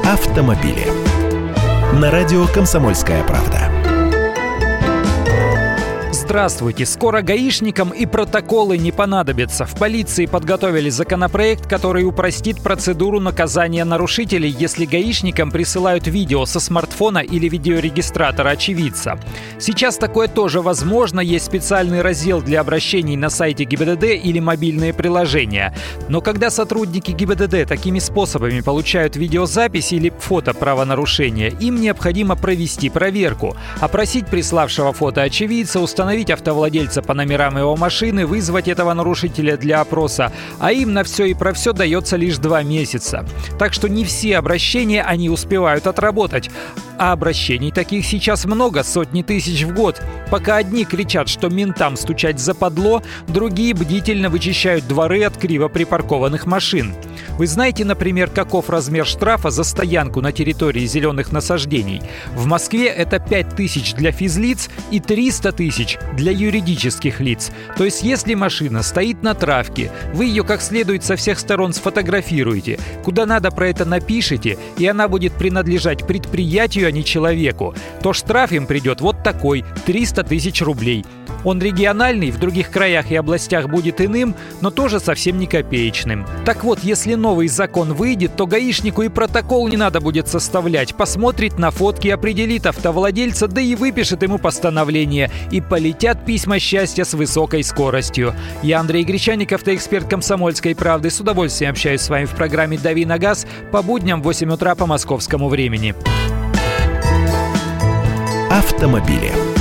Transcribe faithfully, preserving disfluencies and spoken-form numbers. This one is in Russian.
автомобили. На радио «Комсомольская правда». Здравствуйте! Скоро гаишникам и протоколы не понадобятся. В полиции подготовили законопроект, который упростит процедуру наказания нарушителей, если гаишникам присылают видео со смартфона или видеорегистратора очевидца. Сейчас такое тоже возможно, есть специальный раздел для обращений на сайте ГИБДД или мобильные приложения. Но когда сотрудники ГИБДД такими способами получают видеозапись или фото правонарушения, им необходимо провести проверку, опросить приславшего фото очевидца, установить автовладельца по номерам его машины, вызвать этого нарушителя для опроса, а им на все и про все дается лишь два месяца. Так что не все обращения они успевают отработать. А обращений таких сейчас много, сотни тысяч в год. Пока одни кричат, что ментам стучать западло, другие бдительно вычищают дворы от криво припаркованных машин. Вы знаете, например, каков размер штрафа за стоянку на территории зеленых насаждений? В Москве это пять тысяч для физлиц и триста тысяч для юридических лиц. То есть, если машина стоит на травке, вы ее как следует со всех сторон сфотографируете, куда надо про это напишите, и она будет принадлежать предприятию, а не человеку, то штраф им придет вот такой – триста тысяч рублей. Он региональный, в других краях и областях будет иным, но тоже совсем не копеечным. Так вот, если новый закон выйдет, то гаишнику и протокол не надо будет составлять. Посмотрит на фотки, определит автовладельца, да и выпишет ему постановление. И полетят письма счастья с высокой скоростью. Я Андрей Гречаник, автоэксперт «Комсомольской правды». С удовольствием общаюсь с вами в программе «Дави на газ» по будням в восемь утра по московскому времени. Автомобили.